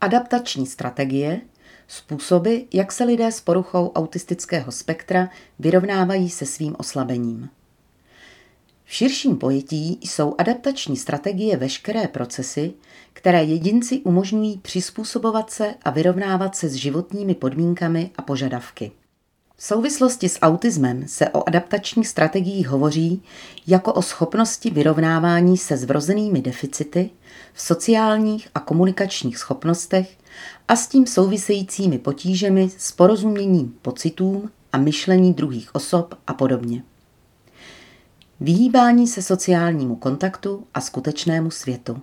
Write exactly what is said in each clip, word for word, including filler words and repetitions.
Adaptační strategie, způsoby, jak se lidé s poruchou autistického spektra vyrovnávají se svým oslabením. V širším pojetí jsou adaptační strategie veškeré procesy, které jedinci umožňují přizpůsobovat se a vyrovnávat se s životními podmínkami a požadavky. V souvislosti s autismem se o adaptační strategii hovoří jako o schopnosti vyrovnávání se s vrozenými deficity v sociálních a komunikačních schopnostech a s tím souvisejícími potížemi s porozuměním pocitům a myšlení druhých osob a podobně. Vyhýbání se sociálnímu kontaktu a skutečnému světu.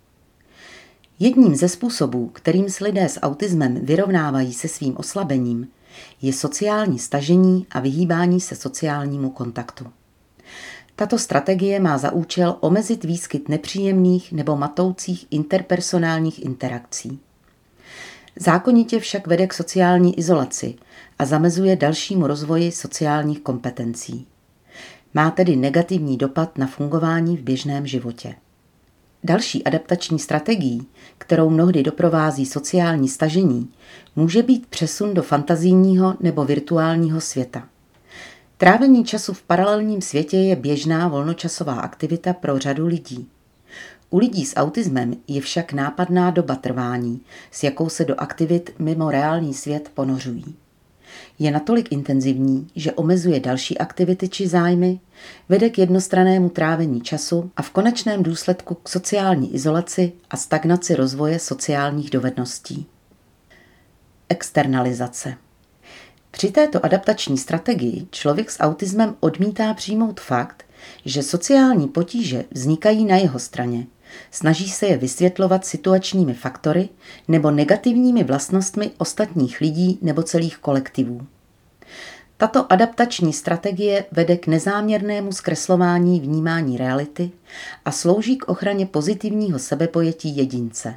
Jedním ze způsobů, kterým se lidé s autismem vyrovnávají se svým oslabením, je sociální stažení a vyhýbání se sociálnímu kontaktu. Tato strategie má za účel omezit výskyt nepříjemných nebo matoucích interpersonálních interakcí. Zákonitě však vede k sociální izolaci a zamezuje dalšímu rozvoji sociálních kompetencí. Má tedy negativní dopad na fungování v běžném životě. Další adaptační strategií, kterou mnohdy doprovází sociální stažení, může být přesun do fantazijního nebo virtuálního světa. Trávení času v paralelním světě je běžná volnočasová aktivita pro řadu lidí. U lidí s autismem je však nápadná doba trvání, s jakou se do aktivit mimo reálný svět ponořují. Je natolik intenzivní, že omezuje další aktivity či zájmy, vede k jednostrannému trávení času a v konečném důsledku k sociální izolaci a stagnaci rozvoje sociálních dovedností. Externalizace. Při této adaptační strategii člověk s autismem odmítá přijmout fakt, že sociální potíže vznikají na jeho straně. Snaží se je vysvětlovat situačními faktory nebo negativními vlastnostmi ostatních lidí nebo celých kolektivů. Tato adaptační strategie vede k nezáměrnému zkreslování vnímání reality a slouží k ochraně pozitivního sebepojetí jedince.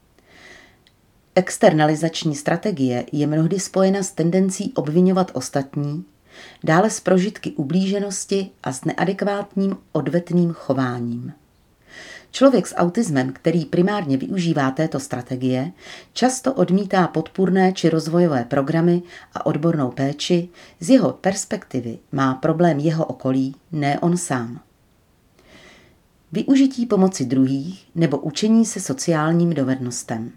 Externalizační strategie je mnohdy spojena s tendencí obviňovat ostatní, dále s prožitky ublíženosti a s neadekvátním odvetným chováním. Člověk s autismem, který primárně využívá této strategie, často odmítá podpůrné či rozvojové programy a odbornou péči, z jeho perspektivy má problém jeho okolí, ne on sám. Využití pomoci druhých nebo učení se sociálním dovednostem.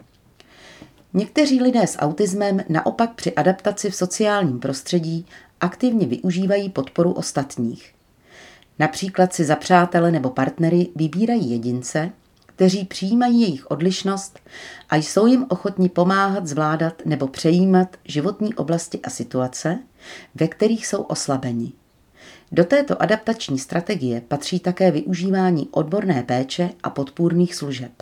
Někteří lidé s autismem naopak při adaptaci v sociálním prostředí aktivně využívají podporu ostatních. Například si za přátele nebo partnery vybírají jedince, kteří přijímají jejich odlišnost a jsou jim ochotni pomáhat zvládat nebo přejímat životní oblasti a situace, ve kterých jsou oslabeni. Do této adaptační strategie patří také využívání odborné péče a podpůrných služeb.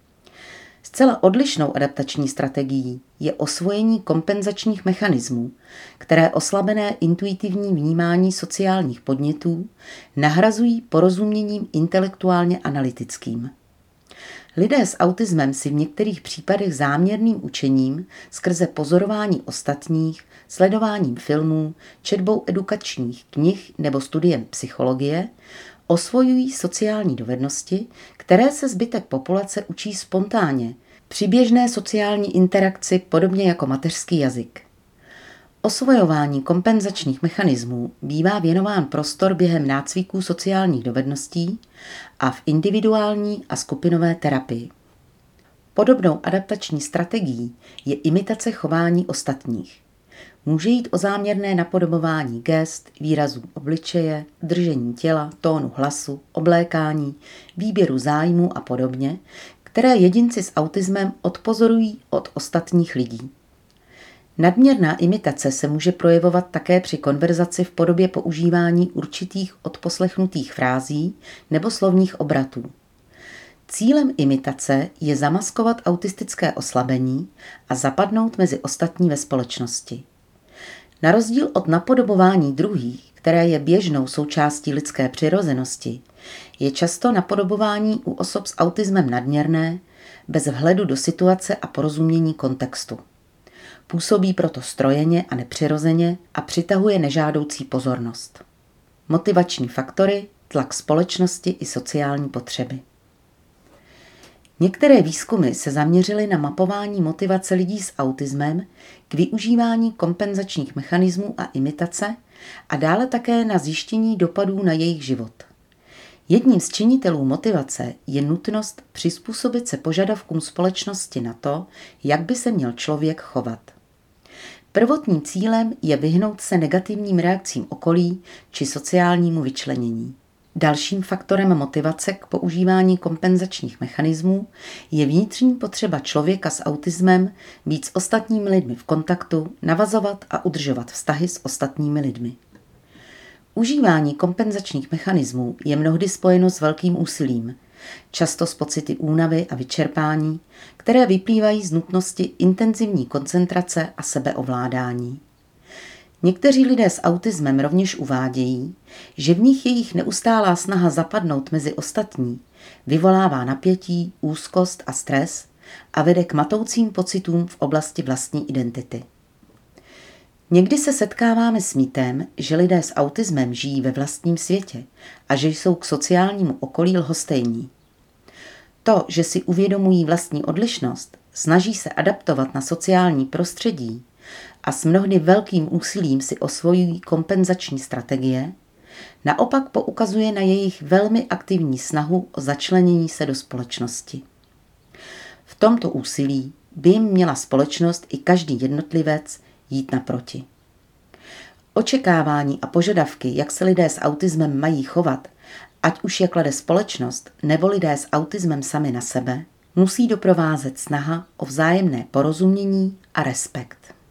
Zcela odlišnou adaptační strategií je osvojení kompenzačních mechanismů, které oslabené intuitivní vnímání sociálních podnětů nahrazují porozuměním intelektuálně analytickým. Lidé s autismem si v některých případech záměrným učením skrze pozorování ostatních, sledováním filmů, četbou edukačních knih nebo studiem psychologie osvojují sociální dovednosti, které se zbytek populace učí spontánně, při běžné sociální interakci podobně jako mateřský jazyk. Osvojování kompenzačních mechanismů bývá věnován prostor během nácviků sociálních dovedností a v individuální a skupinové terapii. Podobnou adaptační strategií je imitace chování ostatních. Může jít o záměrné napodobování gest, výrazů obličeje, držení těla, tónu hlasu, oblékání, výběru zájmů a podobně, které jedinci s autismem odpozorují od ostatních lidí. Nadměrná imitace se může projevovat také při konverzaci v podobě používání určitých odposlechnutých frází nebo slovních obratů. Cílem imitace je zamaskovat autistické oslabení a zapadnout mezi ostatní ve společnosti. Na rozdíl od napodobování druhých, které je běžnou součástí lidské přirozenosti, je často napodobování u osob s autismem nadměrné, bez vhledu do situace a porozumění kontextu. Působí proto strojeně a nepřirozeně a přitahuje nežádoucí pozornost. Motivační faktory, tlak společnosti i sociální potřeby. Některé výzkumy se zaměřily na mapování motivace lidí s autismem k využívání kompenzačních mechanismů a imitace a dále také na zjištění dopadů na jejich život. Jedním z činitelů motivace je nutnost přizpůsobit se požadavkům společnosti na to, jak by se měl člověk chovat. Prvotním cílem je vyhnout se negativním reakcím okolí či sociálnímu vyčlenění. Dalším faktorem motivace k používání kompenzačních mechanismů je vnitřní potřeba člověka s autismem být s ostatními lidmi v kontaktu, navazovat a udržovat vztahy s ostatními lidmi. Užívání kompenzačních mechanismů je mnohdy spojeno s velkým úsilím, často s pocity únavy a vyčerpání, které vyplývají z nutnosti intenzivní koncentrace a sebeovládání. Někteří lidé s autismem rovněž uvádějí, že v nich jejich neustálá snaha zapadnout mezi ostatní vyvolává napětí, úzkost a stres a vede k matoucím pocitům v oblasti vlastní identity. Někdy se setkáváme s mýtem, že lidé s autismem žijí ve vlastním světě a že jsou k sociálnímu okolí lhostejní. To, že si uvědomují vlastní odlišnost, snaží se adaptovat na sociální prostředí a s mnohdy velkým úsilím si osvojují kompenzační strategie, naopak poukazuje na jejich velmi aktivní snahu o začlenění se do společnosti. V tomto úsilí by jim měla společnost i každý jednotlivec jít naproti. Očekávání a požadavky, jak se lidé s autismem mají chovat, ať už je klade společnost nebo lidé s autismem sami na sebe, musí doprovázet snaha o vzájemné porozumění a respekt.